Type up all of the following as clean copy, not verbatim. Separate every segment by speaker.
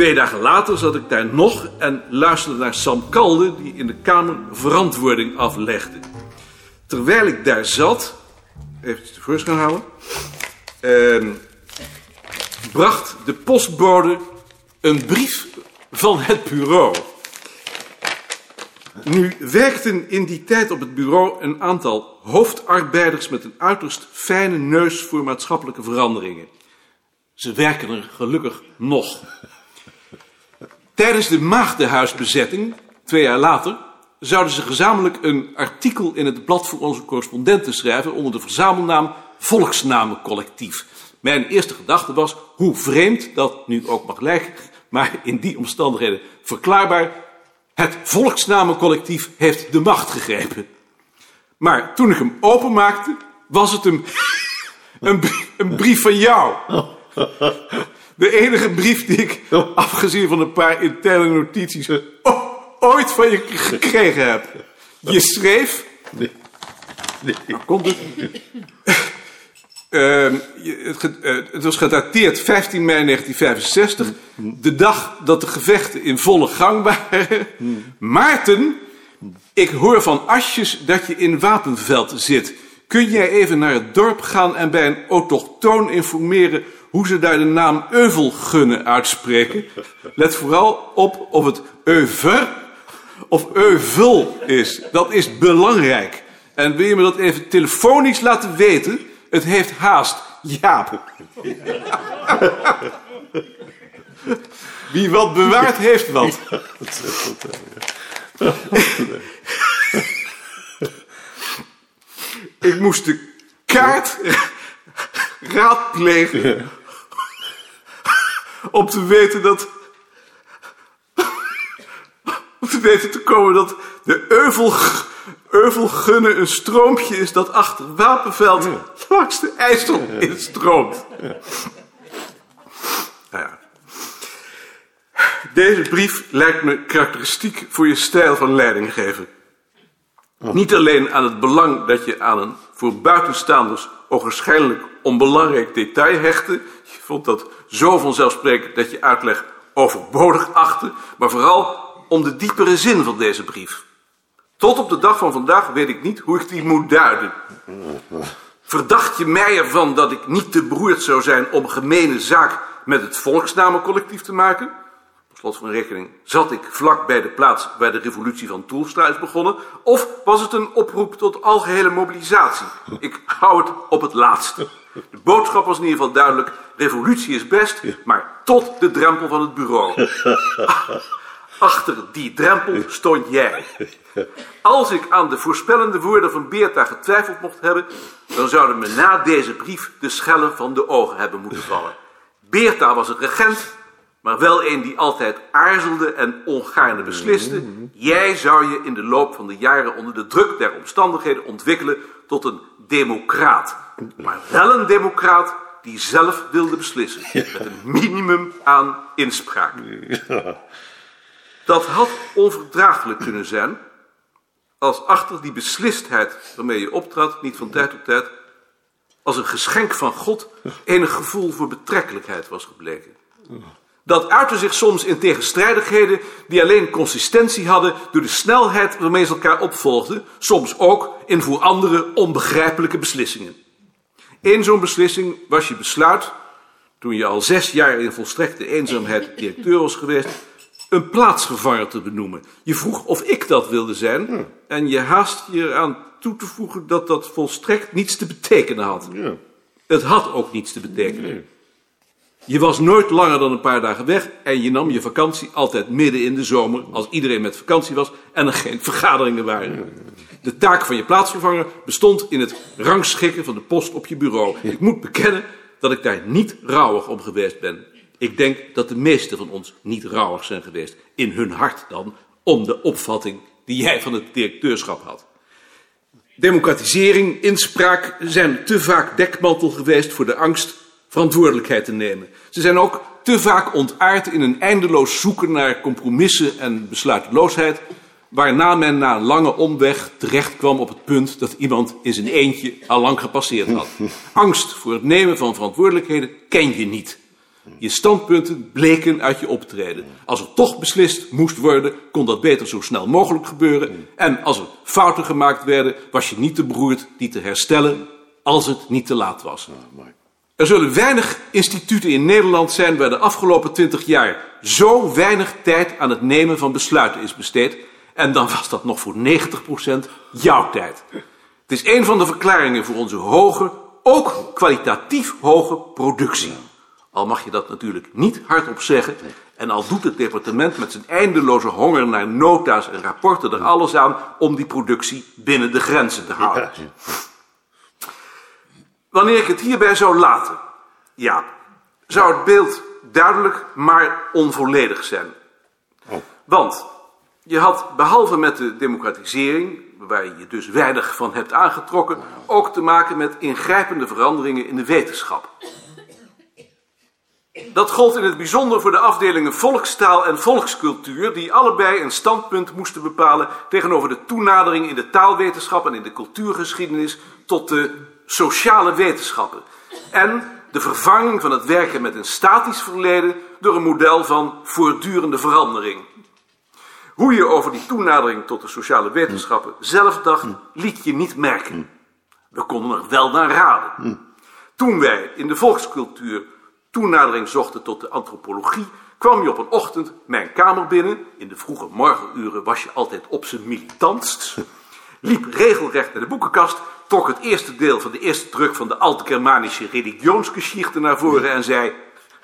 Speaker 1: 2 dagen later zat ik daar nog en luisterde naar Sam Kalde, die in de Kamer verantwoording aflegde. Terwijl ik daar zat, even tevoorschijn halen, bracht de postbode een brief van het bureau. Nu werkten in die tijd op het bureau een aantal hoofdarbeiders met een uiterst fijne neus voor maatschappelijke veranderingen. Ze werken er gelukkig nog. Tijdens de maagdenhuisbezetting, 2 jaar later, zouden ze gezamenlijk een artikel in het blad voor onze correspondenten schrijven onder de verzamelnaam Volksnamencollectief. Mijn eerste gedachte was, hoe vreemd, dat nu ook mag lijken, maar in die omstandigheden verklaarbaar, het Volksnamencollectief heeft de macht gegrepen. Maar toen ik hem openmaakte, was het een brief van jou. De enige brief die ik, afgezien van een paar interne notities, ooit van je gekregen heb. Je schreef... Nee. Nou, komt het? Het was gedateerd 15 mei 1965. De dag dat de gevechten in volle gang waren. Maarten, ik hoor van Asjes dat je in Wapenveld zit. Kun jij even naar het dorp gaan en bij een autochtoon informeren hoe ze daar de naam Euvelgunne uitspreken? Let vooral op of het Euver of Euvel is. Dat is belangrijk. En wil je me dat even telefonisch laten weten? Het heeft haast. Jaap. Wie wat bewaart, heeft wat. Ik moest de kaart raadplegen om te weten te komen dat de Euvelgunne een stroompje is dat achter Wapenveld langs de IJssel instroomt. Nou ja. Deze brief lijkt me karakteristiek voor je stijl van leidinggeven. Niet alleen aan het belang dat je aan een voor buitenstaanders ogenschijnlijk onbelangrijk detail hechtte. Je vond dat zo vanzelfsprekend dat je uitleg overbodig achtte. Maar vooral om de diepere zin van deze brief. Tot op de dag van vandaag weet ik niet hoe ik die moet duiden. Verdacht je mij ervan dat ik niet te beroerd zou zijn om gemene zaak met het Volksnamencollectief te maken? Op slot van rekening zat ik vlak bij de plaats waar de revolutie van Toelstra is begonnen. Of was het een oproep tot algehele mobilisatie? Ik hou het op het laatste. De boodschap was in ieder geval duidelijk. Revolutie is best, maar tot de drempel van het bureau. Achter die drempel stond jij. Als ik aan de voorspellende woorden van Beerta getwijfeld mocht hebben, dan zouden me na deze brief de schellen van de ogen hebben moeten vallen. Beerta was een regent, maar wel een die altijd aarzelde en ongaarne besliste. Jij zou je in de loop van de jaren onder de druk der omstandigheden ontwikkelen tot een democraat. Maar wel een democraat die zelf wilde beslissen. Met een minimum aan inspraak. Dat had onverdraaglijk kunnen zijn als achter die beslistheid waarmee je optrad, niet van tijd tot tijd, als een geschenk van God enig gevoel voor betrekkelijkheid was gebleken. Dat uitte zich soms in tegenstrijdigheden die alleen consistentie hadden door de snelheid waarmee ze elkaar opvolgden, soms ook in voor anderen onbegrijpelijke beslissingen. Eén zo'n beslissing was je besluit, toen je al 6 jaar in volstrekte eenzaamheid directeur was geweest, een plaatsvervanger te benoemen. Je vroeg of ik dat wilde zijn en je haast je eraan toe te voegen dat dat volstrekt niets te betekenen had. Ja. Het had ook niets te betekenen. Nee. Je was nooit langer dan een paar dagen weg en je nam je vakantie altijd midden in de zomer, als iedereen met vakantie was en er geen vergaderingen waren. De taak van je plaatsvervanger bestond in het rangschikken van de post op je bureau. Ik moet bekennen dat ik daar niet rouwig om geweest ben. Ik denk dat de meesten van ons niet rouwig zijn geweest, in hun hart dan, om de opvatting die jij van het directeurschap had. Democratisering, inspraak zijn te vaak dekmantel geweest voor de angst verantwoordelijkheid te nemen. Ze zijn ook te vaak ontaard in een eindeloos zoeken naar compromissen en besluiteloosheid, waarna men na een lange omweg terecht kwam op het punt dat iemand in zijn eentje al lang gepasseerd had. Angst voor het nemen van verantwoordelijkheden ken je niet. Je standpunten bleken uit je optreden. Als er toch beslist moest worden, kon dat beter zo snel mogelijk gebeuren. En als er fouten gemaakt werden, was je niet te beroerd die te herstellen als het niet te laat was. Er zullen weinig instituten in Nederland zijn waar de afgelopen 20 jaar zo weinig tijd aan het nemen van besluiten is besteed. En dan was dat nog voor 90% jouw tijd. Het is een van de verklaringen voor onze hoge, ook kwalitatief hoge productie. Al mag je dat natuurlijk niet hardop zeggen. En al doet het departement met zijn eindeloze honger naar nota's en rapporten er alles aan om die productie binnen de grenzen te houden. Wanneer ik het hierbij zou laten, Jaap, zou het beeld duidelijk, maar onvolledig zijn. Want je had, behalve met de democratisering, waar je dus weinig van hebt aangetrokken, ook te maken met ingrijpende veranderingen in de wetenschap. Dat gold in het bijzonder voor de afdelingen volkstaal en volkscultuur, die allebei een standpunt moesten bepalen tegenover de toenadering in de taalwetenschap en in de cultuurgeschiedenis tot de sociale wetenschappen. En de vervanging van het werken met een statisch verleden door een model van voortdurende verandering. Hoe je over die toenadering tot de sociale wetenschappen zelf dacht, liet je niet merken. We konden er wel naar raden. Toen wij in de volkscultuur toenadering zochten tot de antropologie, kwam je op een ochtend mijn kamer binnen. In de vroege morgenuren was je altijd op zijn militantst. Liep regelrecht naar de boekenkast, trok het eerste deel van de eerste druk van de Alt-Germanische Religionsgeschichte naar voren en zei: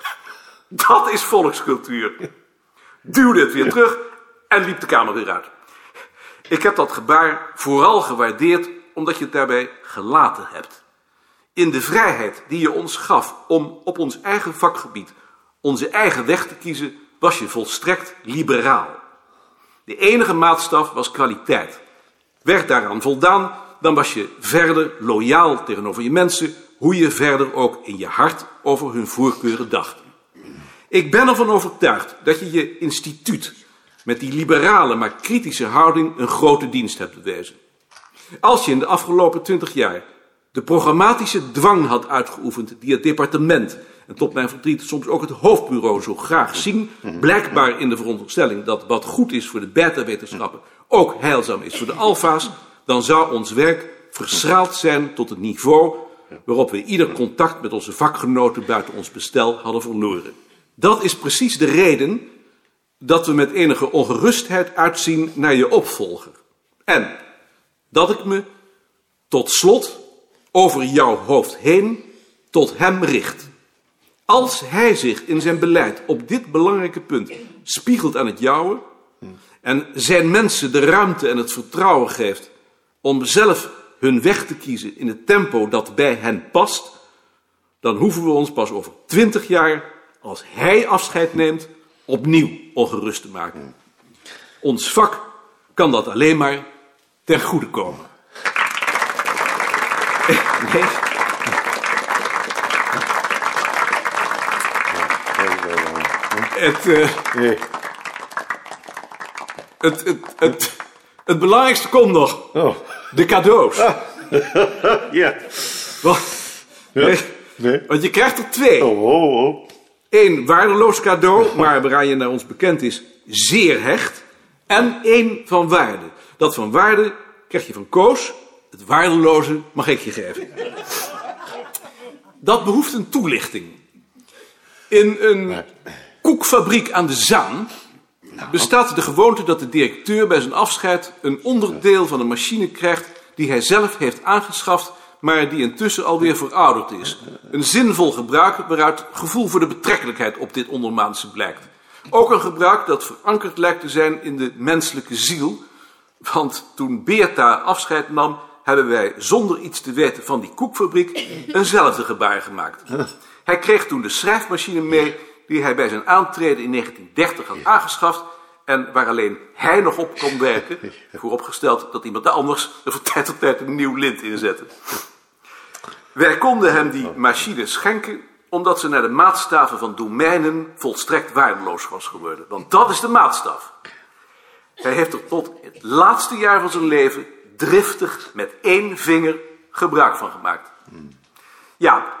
Speaker 1: dat is volkscultuur. Duwde het weer terug en liep de kamer weer uit. Ik heb dat gebaar vooral gewaardeerd omdat je het daarbij gelaten hebt. In de vrijheid die je ons gaf om op ons eigen vakgebied onze eigen weg te kiezen, was je volstrekt liberaal. De enige maatstaf was kwaliteit. Werd daaraan voldaan, dan was je verder loyaal tegenover je mensen, hoe je verder ook in je hart over hun voorkeuren dacht. Ik ben ervan overtuigd dat je je instituut met die liberale maar kritische houding een grote dienst hebt bewezen. Als je in de afgelopen 20 jaar de programmatische dwang had uitgeoefend die het departement en tot mijn verdriet soms ook het hoofdbureau zo graag zien, blijkbaar in de veronderstelling dat wat goed is voor de beta-wetenschappen ook heilzaam is voor de alfa's, dan zou ons werk verschraald zijn tot het niveau waarop we ieder contact met onze vakgenoten buiten ons bestel hadden verloren. Dat is precies de reden dat we met enige ongerustheid uitzien naar je opvolger. En dat ik me tot slot over jouw hoofd heen tot hem richt. Als hij zich in zijn beleid op dit belangrijke punt spiegelt aan het jouwe en zijn mensen de ruimte en het vertrouwen geeft om zelf hun weg te kiezen in het tempo dat bij hen past, dan hoeven we ons pas over 20 jaar, als hij afscheid neemt, opnieuw ongerust te maken. Ons vak kan dat alleen maar ten goede komen. Nee. Het belangrijkste komt nog.
Speaker 2: Oh.
Speaker 1: De cadeaus.
Speaker 2: Ja.
Speaker 1: Wat? Nee.
Speaker 2: Nee.
Speaker 1: Want je krijgt er 2.
Speaker 2: Oh.
Speaker 1: 1 waardeloos cadeau, maar waaraan je naar ons bekend is zeer hecht. En 1 van waarde. Dat van waarde krijg je van Koos. Het waardeloze mag ik je geven. Dat behoeft een toelichting. In een koekfabriek aan de Zaan bestaat de gewoonte dat de directeur bij zijn afscheid een onderdeel van een machine krijgt die hij zelf heeft aangeschaft, maar die intussen alweer verouderd is. Een zinvol gebruik waaruit gevoel voor de betrekkelijkheid op dit ondermaanse blijkt. Ook een gebruik dat verankerd lijkt te zijn in de menselijke ziel, want toen Beerta afscheid nam, hebben wij zonder iets te weten van die koekfabriek eenzelfde gebaar gemaakt. Hij kreeg toen de schrijfmachine mee die hij bij zijn aantreden in 1930 had aangeschaft en waar alleen hij nog op kon werken, vooropgesteld dat iemand anders er van tijd tot tijd een nieuw lint inzette. Wij konden hem die machine schenken omdat ze naar de maatstaven van domeinen volstrekt waardeloos was geworden. Want dat is de maatstaf. Hij heeft er tot het laatste jaar van zijn leven driftig met 1 vinger gebruik van gemaakt. Ja,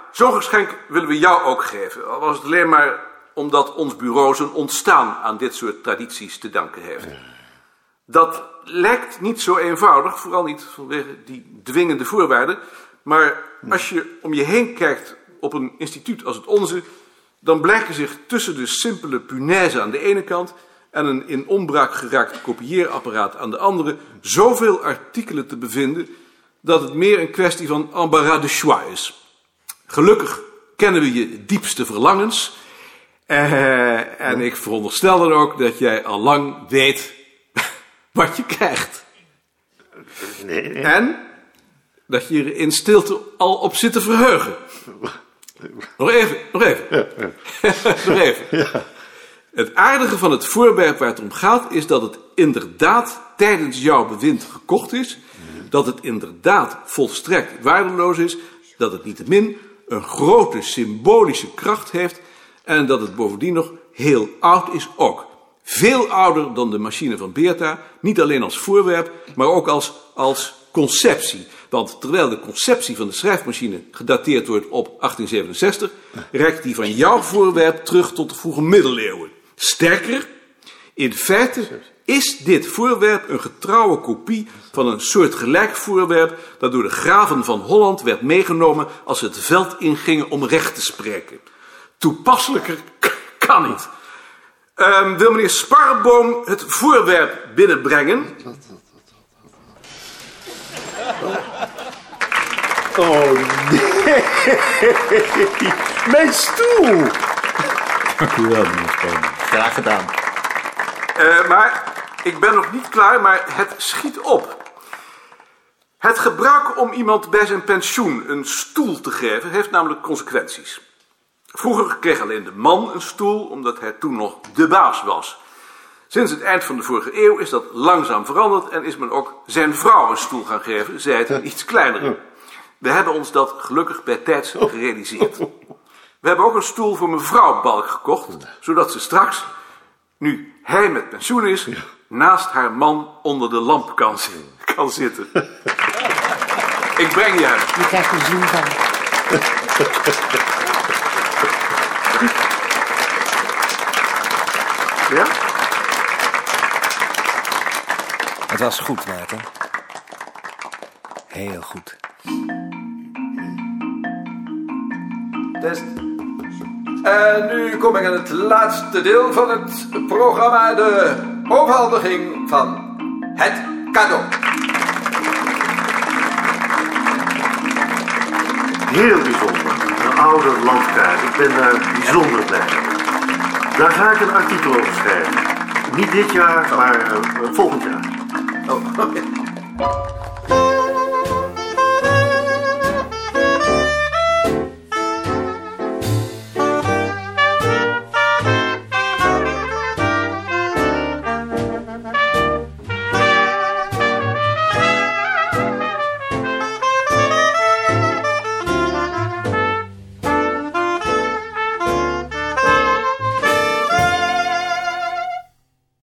Speaker 1: zo'n geschenk willen we jou ook geven. Al was het alleen maar omdat ons bureau zijn ontstaan aan dit soort tradities te danken heeft. Dat lijkt niet zo eenvoudig, vooral niet vanwege die dwingende voorwaarden. Maar als je om je heen kijkt op een instituut als het onze, dan blijken zich tussen de simpele punaise aan de ene kant en een in onbruik geraakt kopieerapparaat aan de andere zoveel artikelen te bevinden dat het meer een kwestie van embarras de choix is. Gelukkig kennen we je diepste verlangens en ik veronderstel dan ook dat jij al lang weet wat je krijgt.
Speaker 2: Nee.
Speaker 1: En dat je er in stilte al op zit te verheugen. Nog even. Nog even.
Speaker 2: Ja.
Speaker 1: Het aardige van het voorwerp waar het om gaat is dat het inderdaad tijdens jouw bewind gekocht is, dat het inderdaad volstrekt waardeloos is, dat het niettemin een grote symbolische kracht heeft en dat het bovendien nog heel oud is ook. Veel ouder dan de machine van Beerta, niet alleen als voorwerp, maar ook als conceptie. Want terwijl de conceptie van de schrijfmachine gedateerd wordt op 1867, reikt die van jouw voorwerp terug tot de vroege middeleeuwen. Sterker, in feite is dit voorwerp een getrouwe kopie van een soortgelijk voorwerp dat door de graven van Holland werd meegenomen als ze het veld ingingen om recht te spreken. Toepasselijker kan niet. Wil meneer Sparreboom het voorwerp binnenbrengen?
Speaker 2: Oh, nee. Mijn stoel.
Speaker 3: Dank u wel, meneer Sparreboom. Graag gedaan.
Speaker 1: Maar ik ben nog niet klaar, maar het schiet op. Het gebruik om iemand bij zijn pensioen een stoel te geven heeft namelijk consequenties. Vroeger kreeg alleen de man een stoel, omdat hij toen nog de baas was. Sinds het eind van de vorige eeuw is dat langzaam veranderd en is men ook zijn vrouw een stoel gaan geven, zij het een iets kleinere. We hebben ons dat gelukkig bij tijds gerealiseerd. We hebben ook een stoel voor mevrouw Balk gekocht, zodat ze straks, nu hij met pensioen is, naast haar man onder de lamp kan zitten. Ik breng je hem.
Speaker 4: Je krijgt een zoen van.
Speaker 1: Ja?
Speaker 5: Het was goed, Maarten. Heel goed.
Speaker 6: Test. En nu kom ik aan het laatste deel van het programma, de overhandiging van het cadeau.
Speaker 2: Heel bijzonder. Een oude landkaart. Ik ben daar bijzonder blij mee. Daar ga ik een artikel over schrijven. Niet dit jaar, maar volgend jaar.
Speaker 6: Oh, oké.